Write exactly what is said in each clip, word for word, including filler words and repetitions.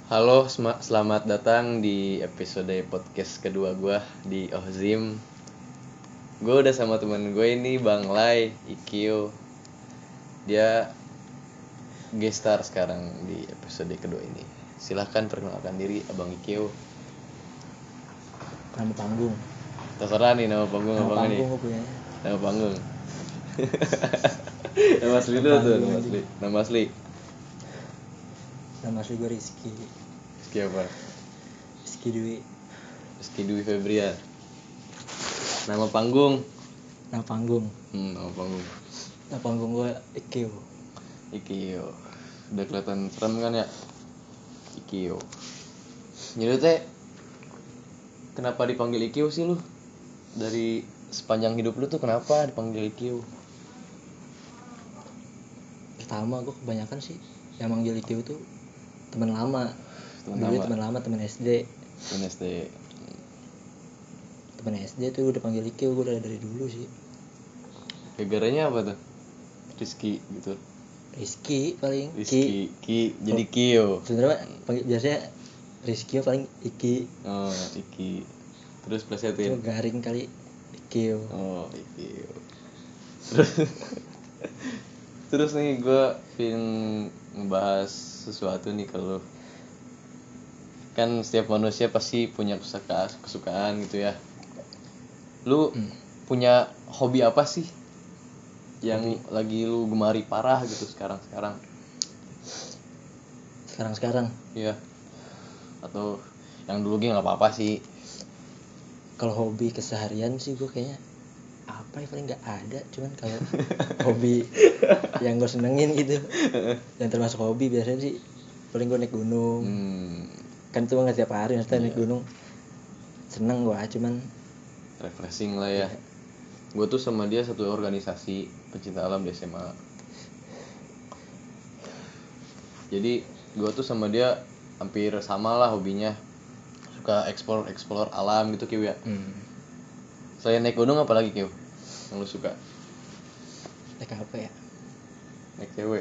Halo, sema- selamat datang di episode podcast kedua gue di Ohzim. Gue udah sama teman gue ini, Bang Lai, Ikio. Dia guest star sekarang di episode kedua ini. Silahkan perkenalkan diri, Abang Ikio. Nama panggung. Terserah nih nama panggung Nama abang nih. panggung gue punya. Nama panggung. Nama asli Nama dulu tuh, panggung nama aja. asli. Nama asli. Nama asli gue Rizky. Rizky apa? Rizky Dwi. Rizky Dwi Febrian. Nama panggung. Nama panggung. Hmm, nama panggung. Nama panggung gue Ikeo. Ikio. Udah kelihatan serem kan ya? Ikio. Jadi teh kenapa dipanggil Ikio sih lu? Dari sepanjang hidup lu tuh kenapa dipanggil Ikio? Pertama gue kebanyakan sih yang manggil Ikeo tuh teman lama. Teman Dulu lama. teman lama, teman S D. Temen S D. Teman S D tuh udah panggil Ikeo gue dari, dari dulu sih. Gara-garanya apa tuh? Rizky gitu. Rizky paling Rizky, Ki, jadi Oh. Kio. Sebenarnya panggil biasanya Rizky paling Iki. Oh, Iki. Terus Cuma plesetin. garing kali Ikeo. Oh, Ikio. Terus Terus nih gue pengen ngebahas sesuatu nih kalau kan setiap manusia pasti punya kesukaan, kesukaan gitu ya. Lu Hmm. punya hobi apa sih yang Hobi. lagi lu gemari parah gitu sekarang-sekarang? Sekarang-sekarang Iya. Atau yang dulu gue nggak apa-apa sih. kalau hobi keseharian sih gue kayaknya apa ya paling nggak ada, cuman kalau hobi yang gue senengin gitu yang termasuk hobi biasanya sih paling gue naik gunung. Hmm, Kan itu nggak tiap hari maksudnya naik Iya. gunung seneng gue, cuman refreshing lah ya. Gue tuh sama dia satu organisasi pecinta alam di S M A. Jadi gue tuh sama dia hampir sama lah hobinya. Suka explore explore alam gitu Kiw ya. hmm, Selain naik gunung apa lagi Kiw yang lu suka? naik apa ya, Naik cewek.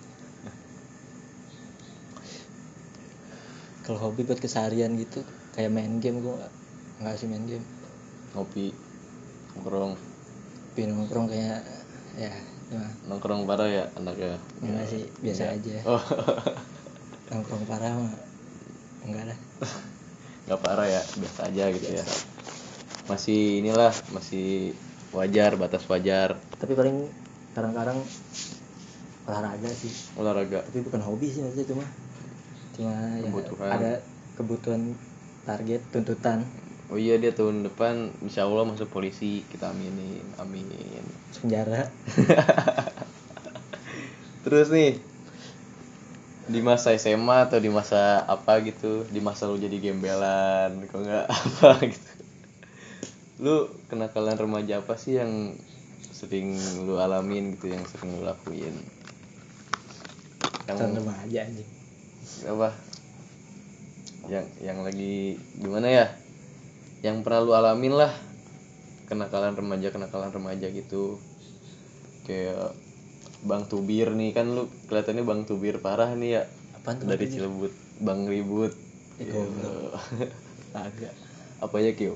kalau hobi buat keseharian gitu kayak main game gue nggak nggak sih main game. Ngopi, nongkrong. Tapi nongkrong kayak ya cuma Nongkrong parah ya anaknya? enggak sih, biasa Enggak. aja. Oh. Nongkrong parah mah enggak lah. Nggak parah ya, biasa aja gitu ya. Masih inilah, masih wajar, batas wajar. Tapi paling kadang-kadang olahraga sih, Olahraga. tapi bukan hobi sih maksudnya, cuma cuma ya Kebutuhan. ada kebutuhan, target, tuntutan. Oh iya, dia tahun depan insya Allah masuk polisi, kita aminin, amin. Penjara. Terus nih, di masa S M A atau di masa apa gitu, di masa lu jadi gembelan, kok nggak apa gitu, lu kenakalan remaja apa sih yang sering lu alamin gitu, yang sering lu lakuin? Yang Tahun remaja anjing. apa? Yang yang lagi gimana ya? Yang pernah lu alamin lah, kenakalan remaja kenakalan remaja gitu. Kayak Bang Tubir nih, kan lu kelihatannya Bang Tubir parah nih ya. Apaan tuh Dari Bang Tubir? Cilebut, Bang Ribut. Eh, Gitu. goblok. Agak. Apa ya Kyo?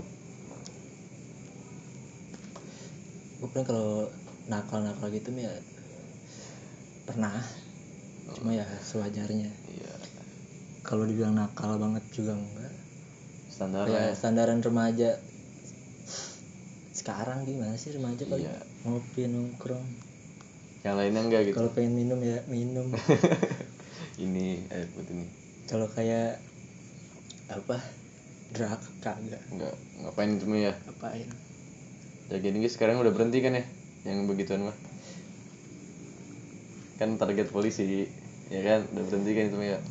Gue paling kalau nakal-nakal gitu ya pernah, cuma ya sewajarnya. Iya, Kalau dibilang nakal banget juga enggak. standar Ya ya. standaran remaja sekarang gimana sih remaja paling Iya. ngopi nongkrong. Yang lainnya enggak gitu. Kalau pengen minum ya minum. Ini air putih nih. Kalau kayak apa drug kagak. Enggak, ngapain cuma ya? Apain? Ya gini guys, sekarang udah berhenti kan ya yang begituan mah. Kan target polisi, ya kan? Udah berhenti kan itu mah ya.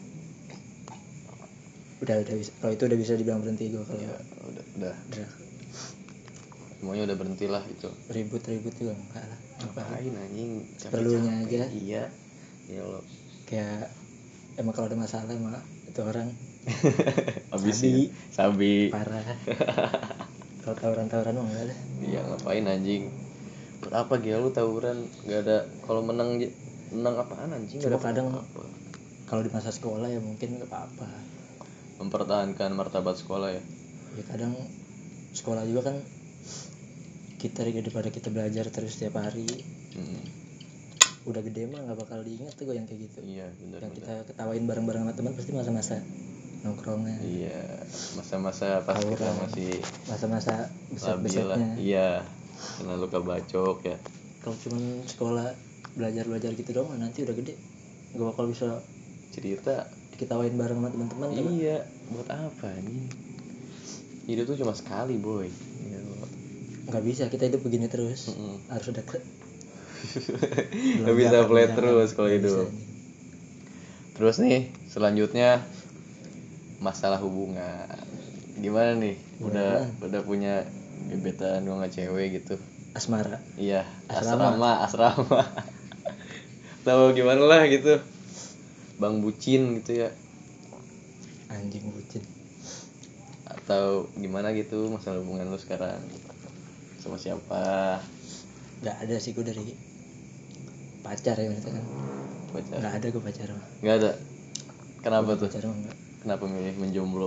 Udah udah bisa. Kalau itu udah bisa dibilang berhenti gue kalau Ya, udah udah. drug. Semuanya udah berhenti lah itu. Ribut-ribut juga enggak lah. Ngapain anjing? Seperlunya Capek-capek. aja. Iya. Ya Allah. Kayak emang kalau ada masalah mah itu orang Habisin. Sabi. parah. Kalau tawuran-tawuran mah enggak ada. Iya, ngapain anjing? Buat apa gila lu tawuran? Gak ada, kalau menang menang apaan anjing? Gak Cuma ada kadang apa-apa. Kalau di masa sekolah ya mungkin nggak apa-apa. Mempertahankan martabat sekolah ya. Ya kadang sekolah juga kan kita daripada kita belajar terus setiap hari, hmm. udah gede mah nggak bakal diingat tuh yang kayak gitu. Iya benar. Yang kita ketawain bareng-bareng sama teman pasti masa-masa nongkrongnya. Iya, masa-masa pas Aura. kita masih Masa-masa labil lah. beset-besetnya. Iya, kena luka bacok ya. Kalau cuma sekolah belajar-belajar gitu doang nanti udah gede nggak bakal bisa cerita diketawain bareng sama teman-teman. Iya, buat apa nih? Hidup tuh cuma sekali boy. Iya, nggak bisa kita hidup begini terus. Mm-mm. Harus ada ke nggak bisa flat terus kalau hidup. Terus nih selanjutnya masalah hubungan. Gimana nih? Udah Gimana? udah punya gebetan gua nggak cewek gitu. Asmara. Iya, Asrama. asrama, asrama. Tahu gimana lah gitu. Bang bucin gitu ya. Anjing bucin. Atau gimana gitu masalah hubungan lu sekarang? Sama siapa? Nggak ada sih gue dari pacar ya maksudnya kan. Pacar. Nggak ada gue pacar mah. Nggak ada. Kenapa Gua tuh? Pacar mah nggak. Kenapa milih menjomblo?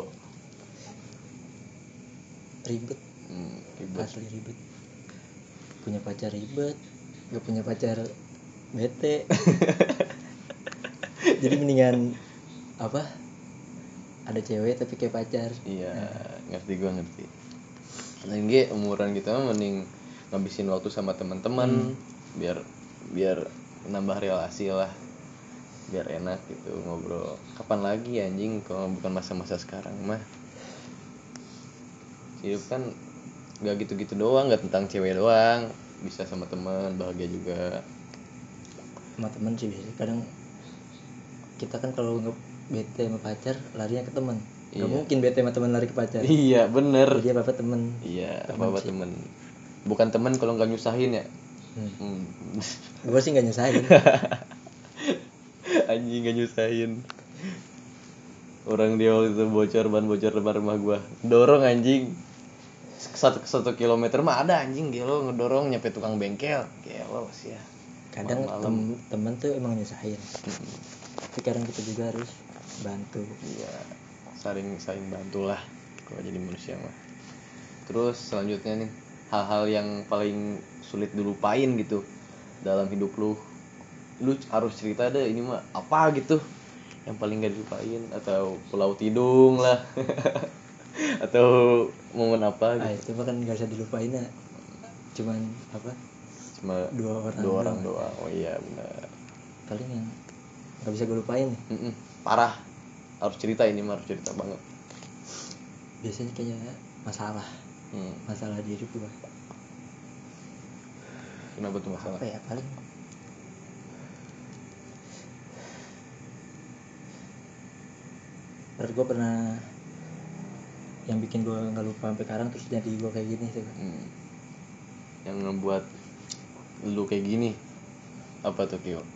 Ribet. Hmm, ribet. Asli ribet. Punya pacar ribet. Gak punya pacar bete. Jadi mendingan apa? Ada cewek tapi kayak pacar. Iya, Nah. ngerti gua ngerti. Lagi umuran gitu mah mending ngabisin waktu sama teman-teman hmm. biar biar nambah relasi lah. Biar enak gitu ngobrol. Kapan lagi anjing kalau bukan masa-masa sekarang mah. Hidup kan gak gitu-gitu doang, gak tentang cewek doang. Bisa sama teman, bahagia juga. Sama teman sih biasanya kadang kita kan kalau nggak bete sama pacar larinya ke teman. Gak iya. Mungkin bete sama teman lari ke pacar. Iya bener. Jadi apa apa teman. Iya apa apa teman. Bukan teman kalau nggak nyusahin ya. Hmm. Hmm. Gue sih nggak nyusahin. Anjing nggak nyusahin. Orang dia waktu itu bocor ban bocor depan rumah gua. Dorong anjing. Satu satu kilometer mah ada anjing gelo ngedorong nyampe tukang bengkel. Gelo sih ya. Kadang tem- temen tuh emang nyusahin. Hmm. Tapi kadang kita juga harus bantu. Iya. Saling saling bantulah kalau jadi manusia mah. Terus selanjutnya nih hal-hal yang paling sulit dilupain gitu dalam hidup lu. Lu harus cerita deh ini mah apa gitu yang paling gak dilupain atau Pulau Tidung lah. Atau momen apa gitu. Ah itu mah kan gak bisa dilupain ya. Cuman apa? Cuma dua orang dua orang doang. Oh iya benar. Paling yang gak bisa gue lupain nih. Mm-mm. Parah. Harus cerita ini mah harus cerita banget. Biasanya kayaknya masalah. Hmm. Masalah di hidup gue. Kenapa tuh masalah? Apa ya paling menurut gue pernah yang bikin gue nggak lupa sampai sekarang terus jadi gue kayak gini sih. Hmm. Yang ngebuat lu kayak gini apa tuh Kyo?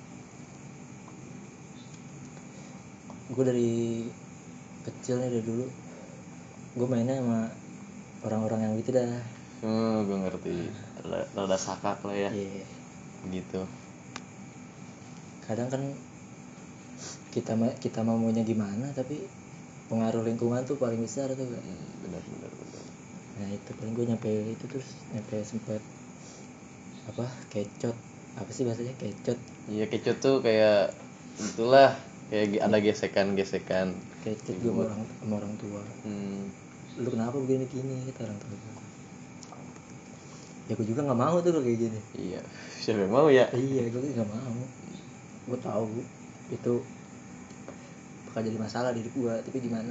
Gue dari kecil nih dari dulu gue mainnya sama orang-orang yang gitu dah. Hmm, gue ngerti. Rada, rada sakak lah ya. Iya. Yeah. Gitu. Kadang kan kita kita maunya gimana tapi pengaruh lingkungan tuh paling besar tuh. Hmm, benar benar benar. Nah itu paling gue nyampe itu terus nyampe sempet apa kecot apa sih bahasanya kecot. Iya kecot tuh kayak itulah kayak ada gesekan-gesekan. Kecot gue sama orang sama orang tua. Hmm. Lu kenapa begini gini kata orang tua. Ya gue juga nggak mau tuh kayak gini. Iya siapa yang mau ya. Iya gue juga nggak mau. Gue tahu itu bakal jadi masalah di hidup gue tapi gimana.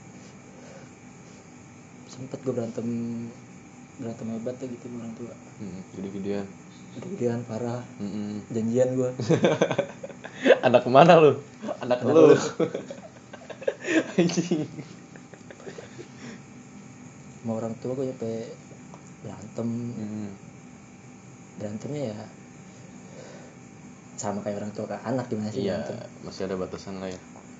Sempet gue berantem berantem hebat tuh gitu sama orang tua. Hmm, gede-gedean. Gede-gedean parah. Mm-mm. Janjian gue. Anak kemana lu? Anak, Anak lu. Anjing. Sama orang tua gue sampai berantem. Hmm. Berantemnya ya sama kayak orang tua ke anak gimana sih iya, berantem. Masih ada batasan lah ya.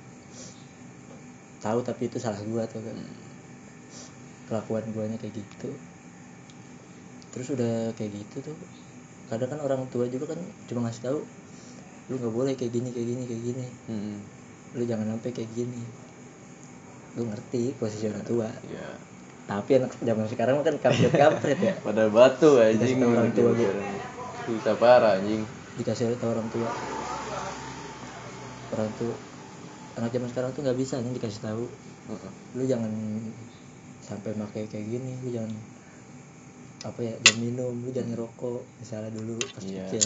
Tahu tapi itu salah gue tuh kan. Hmm. Kelakuan guanya kayak gitu. Terus udah kayak gitu tuh kadang kan orang tua juga kan cuma ngasih tahu lu nggak boleh kayak gini kayak gini kayak gini. Hmm. lu jangan sampai kayak gini. Gue ngerti posisi orang tua, Iya. tapi anak zaman sekarang kan kampret kampret ya. Pada batu Dikasih anjing. tahu orang tua gitu. Susah parah anjing. Dikasih tahu orang tua, orang tua anak zaman sekarang tuh nggak bisa nih dikasih tahu. Heeh. Lu jangan sampai pakai kayak gini, lu jangan apa ya, jangan minum, lu jangan ngerokok misalnya dulu pas Iya. kecil.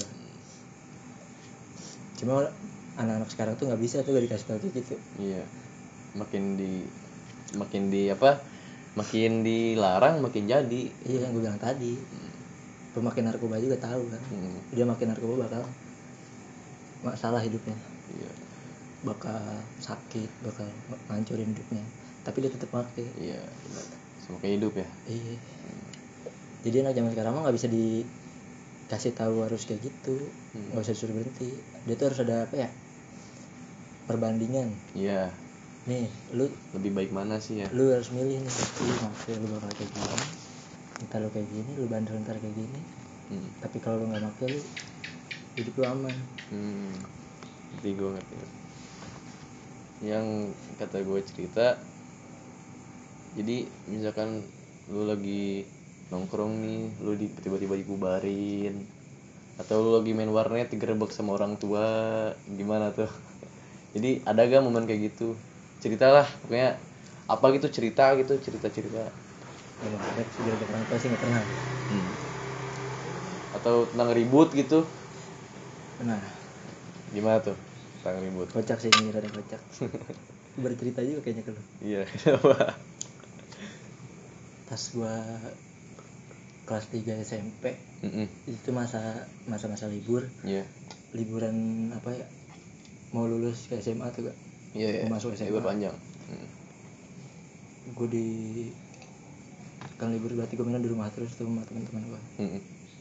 Cuma anak-anak sekarang tuh nggak bisa tuh gak dikasih tahu kayak gitu. Iya. Makin di makin di apa? Makin dilarang makin jadi. Iya yang gue bilang tadi, pemakai narkoba juga tahu kan, Hmm. dia makin narkoba bakal masalah hidupnya, Iya. bakal sakit, bakal ngancurin hidupnya, tapi dia tetap pakai. Iya, benar. Semoga hidup ya. Iya. Jadi anak zaman sekarang mah nggak bisa dikasih tahu harus kayak gitu, Hmm. nggak usah disuruh berhenti. Dia tuh harus ada apa ya, perbandingan. Iya. Nih, lu Lebih baik mana sih ya? lu harus milih nih, pasti makai lu bakal kayak gini, entar lu kayak gini, lu bandel ntar kayak gini. Hmm. Tapi kalau lu nggak pakai, lu hidup lu aman. Hmm. Ngerti gue ngerti. Yang kata gue cerita, jadi misalkan lu lagi nongkrong nih, lu di, tiba-tiba dibubarin, atau lu lagi main warnet digerebek sama orang tua, gimana tuh? Jadi ada gak momen kayak gitu? Ceritalah, pokoknya apa gitu, cerita gitu, cerita-cerita. Kalau ada segera orang tua sih nggak pernah. Hmm. Atau tentang ribut gitu, Nah, gimana tuh? Tentang ribut. kocak sih ini, rada kocak. Bercerita juga kayaknya kalau Iya, kenapa? pas gua kelas tiga S M P, Mm-mm. itu masa masa-masa libur, Iya. liburan apa ya, mau lulus ke S M A tuh gak, Iya, iya. mau masuk S M A. Libur panjang. Mm. Gue di kan libur berarti gue main di rumah terus tuh sama teman-teman gue. Mm-mm.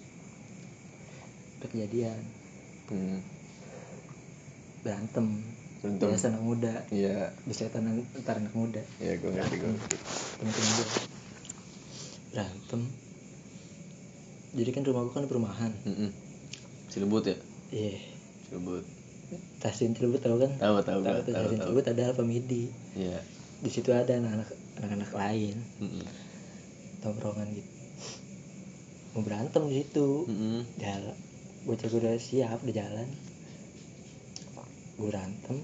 Ada kejadian Mm. berantem, Berantem. biasa anak muda, Iya. bisletan antar anak muda, Iya, gue ngerti, gue ngerti. temen-temen gue berantem. Jadi kan rumah gue kan di perumahan. Mm-mm. Cilebut ya? Iya. Cilebut. Stasiun Cilebut tahu kan? Tahu, tahu, Tahu gua, tuh, tahu, stasiun tahu. Cilebut ada Alfa Midi. Iya. Di situ ada anak-anak anak-anak lain Mm-mm. tongkrongan gitu. Mau berantem di situ. Mm-mm. Jalan. Bocah gue udah siap udah jalan. Gue berantem.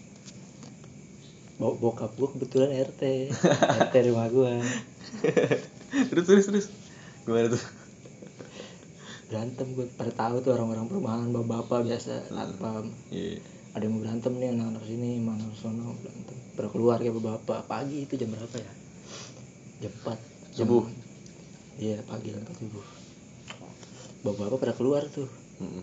Bo- bokap gue kebetulan R T. R T rumah gue. terus terus terus. Gimana tuh? Berantem gue pada tahu tuh orang-orang perumahan, bapak-bapak biasa satpam. Iya. Ada yang mau berantem nih, anak-anak sini, mana sono berantem. Baru keluar kayak bapak-bapak. Pagi itu jam berapa ya? Jam empat. Jam, Subuh. Iya, pagi jam empat subuh. Bapak-bapak pada keluar tuh. Mm-mm.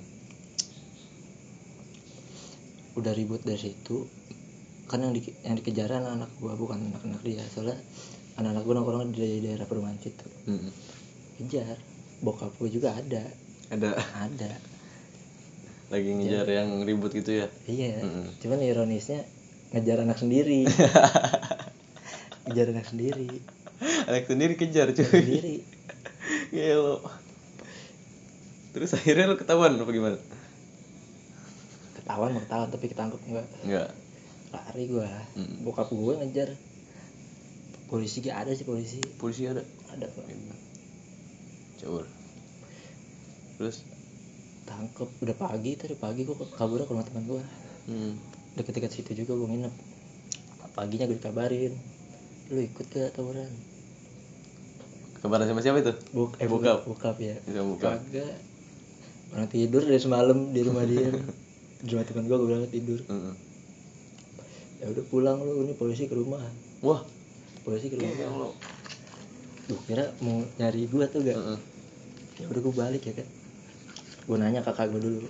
Udah ribut dari situ. Kan yang di, yang dikejar anak-anak gua, bukan anak-anak dia. Soalnya anak-anak gua nongkrong di daerah perumahan situ. Mm-mm. Kejar. Bokap gua juga ada. Ada Ada. lagi ngejar yang ribut gitu ya? Iya. Mm-mm. Cuman ironisnya ngejar anak sendiri. Ngejar anak sendiri. Anak sendiri kejar cuy. Anak sendiri. Gelo. Terus akhirnya lo ketahuan apa gimana? Ketahuan mau ketahuan tapi ketangkep enggak. Enggak. Lari gua. Mm. Bokap gua ngejar. Polisi gak ada sih, polisi. Polisi ada. Ada Pak. Caur. Terus Tangkep udah pagi, tadi pagi gua kabur ke rumah teman gua. hmm. Deket-deket situ juga gua nginep. Paginya gua dikabarin, lu ikut ke tawuran? Kabaran sama siapa itu? Buk, eh, Bokap. bokap ya. Bisa buka. Kagak. Orang tidur dari semalam di rumah dia. Di rumah teman gua, gua bilang tidur. Mm-mm. Ya udah pulang lu, ini polisi ke rumah. Wah, Polisi ke rumah. gelo. Gua kira mau nyari gua tuh gak. Mm-mm. Ya udah gua balik ya kan. Gua nanya kakak gua dulu.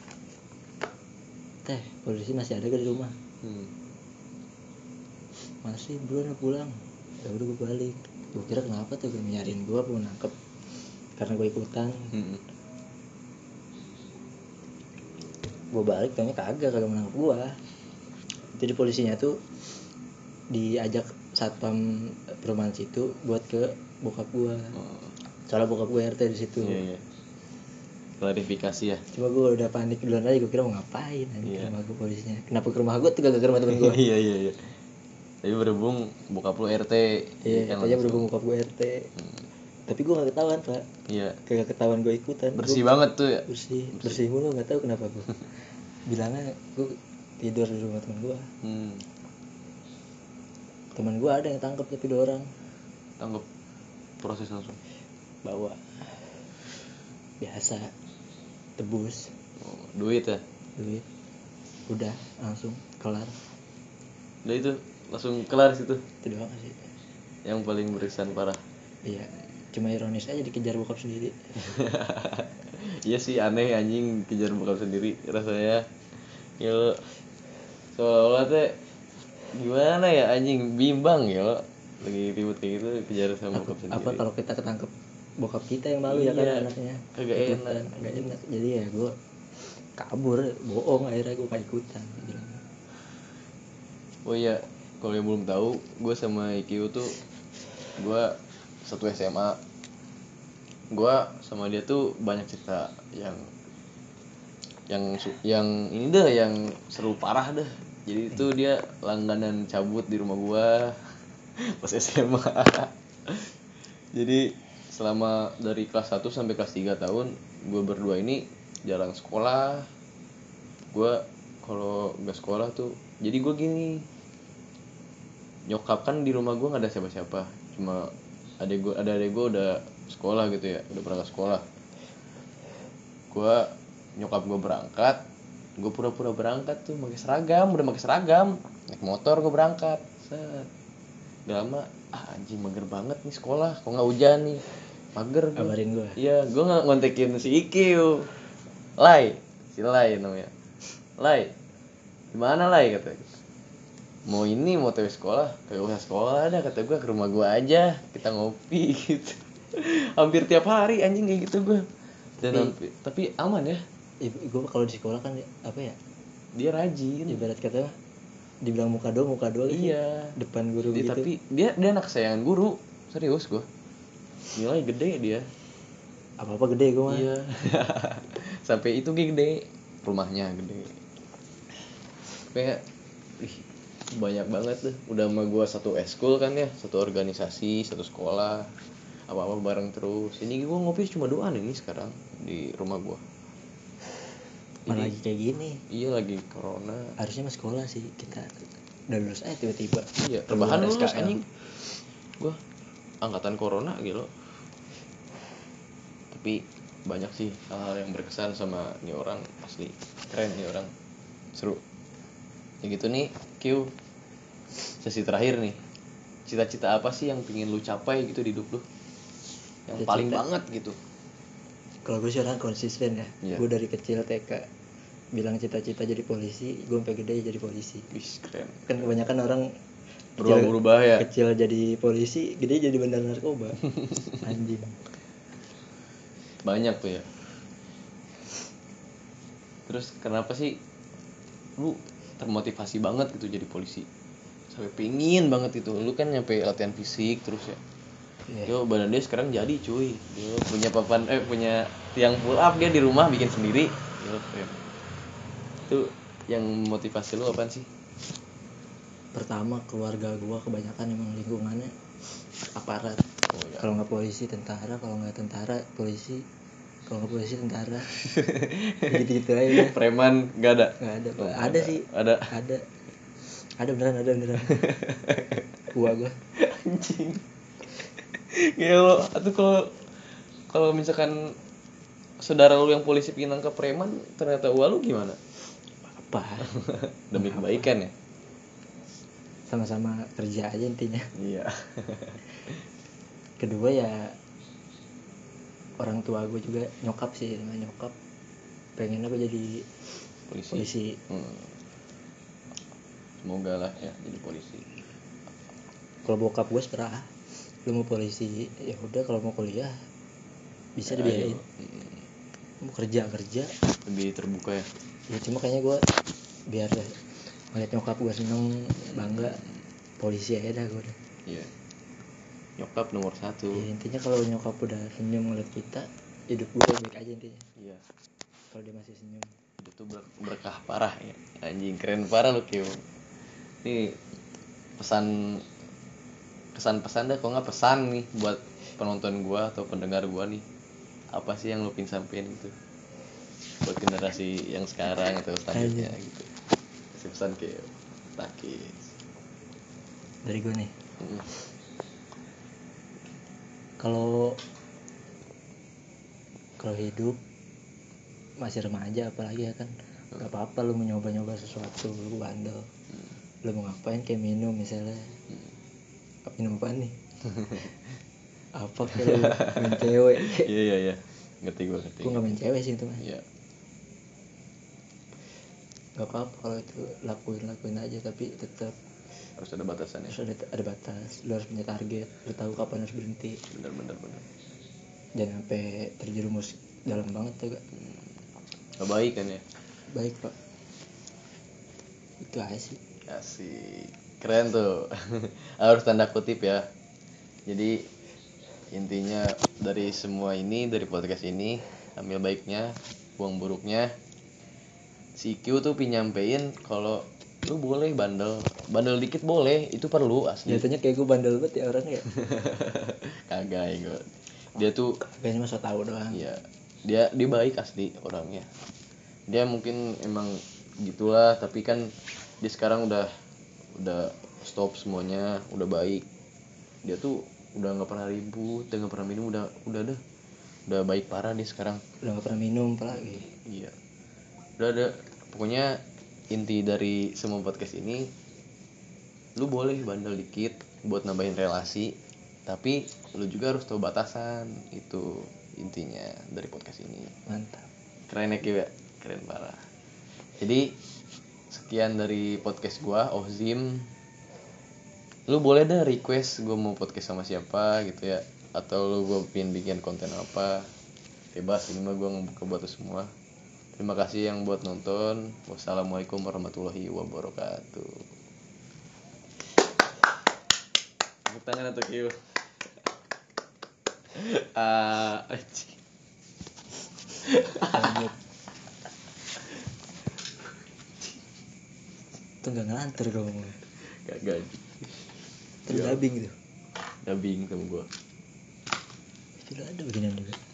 Teh, polisi masih ada gak di rumah? Hmm. Masih, buruan pulang. Ya udah gua balik. Gua kira kenapa tuh, gua nyariin gua apa mau nangkep. Karena gua ikutan. Mm-mm. Gua balik tanya kagak, kagak menangkap gua. Jadi polisinya tuh diajak satpam perumahan situ buat ke bokap gua. Oh. Soalnya bokap gua R T di situ. Iya, iya. klarifikasi ya. Cuma gue udah panik duluan aja, gue kira mau ngapain anjing Iya. ke rumah gue polisinya. Kenapa ke rumah gue tuh gak ke rumah temen gue. Iya iya iya. Tapi berhubung bokap lu R T. Iya, kan katanya langsung. berhubung bokap gue R T. Hmm, Tapi gue gak ketahuan pak. iya. Kagak ketahuan gue ikutan. Bersih Gua banget tuh ya. bersih bersih mulu, nggak tahu kenapa gue. Bilangnya gue tidur di rumah teman gue. Hmm. Teman gue ada yang tangkap tapi dua orang. Tanggap proses langsung. Bawa biasa tebus Oh, duit ya. duit, udah langsung kelar. Udah itu langsung kelar situ. Itu doang sih. Yang paling berkesan parah. Iya, cuma ironis aja dikejar bokap sendiri. Iya sih aneh anjing kejar bokap sendiri rasanya. Ya lo seolah-olah teh gimana ya anjing bimbang ya lo lagi ribut kayak gitu kejar sama bokap sendiri. Apa kalau kita ketangkep bokap kita yang malu ya kan Iya, anaknya. kagak Ikutan, enak. kagak enak. Jadi ya gue kabur, bohong akhirnya gue gak ikutan. Oh iya, kalau yang belum tahu, gue sama I Q tuh gue satu S M A. Gue sama dia tuh banyak cerita yang yang su- yang ini dah yang seru parah dah. Jadi itu dia langganan cabut di rumah gue pas S M A. Jadi selama dari kelas satu sampai kelas tiga tahun gue berdua ini jarang sekolah. Gue kalau nggak sekolah tuh jadi gue gini, nyokap kan di rumah gue nggak ada siapa-siapa, cuma adek gue ada adek gue udah sekolah gitu ya, udah berangkat sekolah. Gue nyokap gue berangkat, gue pura-pura berangkat tuh pakai seragam, udah pakai seragam, naik motor gue berangkat. Set. Gak lama, ah anjing mager banget nih sekolah, kok nggak hujan nih, mager gue. Kabarin gue. Iya, gue nggak ngontekin si I Q, Lai, si Lai namanya, Lai, gimana Lai katanya. Mau ini mau T W sekolah, kagak usah sekolah ada kata gue, ke rumah gue aja kita ngopi gitu. Hampir tiap hari anjing kayak gitu gue. Dan Tapi- hampir, tapi aman ya, Gue kalau di sekolah kan apa ya, dia rajin. ibarat kata dibilang muka dua muka dua gitu. Iya. Depan guru Dia- gitu. Tapi dia dia anak kesayangan guru, serius gue. Nilai gede dia. Apa apa gede gue mah. Iya. Sampai itu gede, rumahnya gede. Kayak ih, banyak banget tuh. Udah sama gue satu eskul kan ya, satu organisasi, satu sekolah, apa-apa bareng terus. Ini gue ngopi cuma doan ini sekarang di rumah gue. Malah Ini- lagi kayak gini. Iya lagi corona. Harusnya mah sekolah sih kita. Udah lulus aja tiba-tiba. Iya, rebahan Keluar lulus S K L. anjing. Gue angkatan corona gitu. Tapi banyak sih hal-hal yang berkesan sama ini orang, asli keren nih orang, seru. Ya gitu nih Q, sesi terakhir nih, cita-cita apa sih yang pingin lu capai gitu di hidup lu, yang Cita-cita. paling banget gitu? Kalau gue sih orang konsisten ya. Iya. Gue dari kecil T K bilang cita-cita jadi polisi, gue sampai gede jadi polisi. Wih keren. Kan kebanyakan orang Berubah-berubah ya. kecil jadi polisi, gede jadi bandar narkoba. Anjing. Banyak tuh ya. Terus kenapa sih lu termotivasi banget gitu jadi polisi, sampai pingin banget itu? Lu kan nyampe latihan fisik terus ya. Iya. Yo badan dia sekarang jadi cuy. Yo punya papan eh punya tiang pull up dia di rumah bikin sendiri. Yo keren. Itu yang motivasi lu apaan sih? Pertama keluarga gue kebanyakan emang lingkungannya aparat. Oh ya. Kalau nggak polisi tentara, kalau nggak tentara polisi, kalau nggak polisi tentara. Gitu-gitu aja. Preman enggak ada. Nggak ada. Oh, Pak. nggak Ada sih. Ada. Ada. Ada beneran ada beneran. Gua gue. Anjing. Gelo, atau kalau kalau misalkan saudara lu yang polisi pingin nangkap preman, ternyata gua lu gimana? Apa? Demi kebaikan ya. Sama-sama kerja aja intinya. Iya. Kedua ya orang tua gue juga, nyokap sih, namanya nyokap pengen aku jadi Polisi. polisi. Hmm. Semoga lah ya jadi polisi. Kalau bokap gue serah, lu mau polisi ya udah, kalau mau kuliah bisa Ya, dibiayain. ayo. Hmm. Mau kerja kerja Lebih terbuka ya. ya, cuma kayaknya gue biar ngeliat nyokap gue seneng bangga, polisi aja dah gue. Iya. Nyokap nomor satu. Ya, intinya kalau nyokap udah senyum ngeliat kita, hidup gue baik aja intinya Iya, kalau dia masih senyum. itu tuh ber- berkah parah ya. Anjing keren parah lu Kyo. Ini pesan kesan pesan dah, kok nggak pesan nih buat penonton gua atau pendengar gua nih, apa sih yang lu pin sampein gitu buat generasi yang sekarang atau selanjutnya Anjing. gitu, kasih pesan kayak takis. Dari gue nih, Mm. kalau kalau hidup masih remaja apalagi ya kan, nggak apa-apa lu mencoba-nyoba sesuatu, lu bandel, lu mau ngapain kayak minum misalnya, minum apa nih, apa kayak lu main cewek. Iya iya iya, ngerti gua ngerti. Gue nggak main cewek sih itu mah. Iya. Nggak apa-apa kalau itu, lakuin lakuin aja, tapi tetap Harus ada batasannya. harus ada ada batas. Lu harus punya target, lu tahu kapan harus berhenti, Bener bener bener. jangan sampai terjerumus dalam banget tuh gak Gak baik kan ya. baik pak. Itu aja sih. Asik, keren tuh. Harus tanda kutip ya. Jadi intinya dari semua ini, dari podcast ini, ambil baiknya, buang buruknya. Si Q tuh pinyampein kalau lu boleh bandel, bandel dikit boleh, itu perlu asli. Biasanya kayak gue bandel banget ya orang ya. Kagak ya gue. Dia tuh Kayaknya masa tahu doang. iya, dia dia baik asli orangnya. Dia mungkin emang gitulah, tapi kan dia sekarang udah udah stop semuanya, udah baik. Dia tuh udah nggak pernah ribut, udah nggak pernah minum, udah udah deh, udah baik parah dia sekarang. Udah gak pernah minum apalagi. Iya, udah ada. Pokoknya inti dari semua podcast ini, lu boleh bandel dikit buat nambahin relasi, tapi lu juga harus tahu batasan. Itu intinya dari podcast ini. Mantap. Keren ya Kiw ya? Keren parah. Jadi sekian dari podcast gua, Ozim. Lu boleh deh request gua mau podcast sama siapa gitu ya, atau lu gua pengen bikin konten apa, bebas. Ini mah gua ngebuka buat lu semua. Terima kasih yang buat nonton. Wassalamualaikum warahmatullahi wabarakatuh. Tepuk tangan atau Kiw. Ah, anjing. Lanjut. Itu gak ngelantur kalau ngomong. Kagak. Terus dubbing gitu. Dubbing sama gua. Itu ada beginian juga.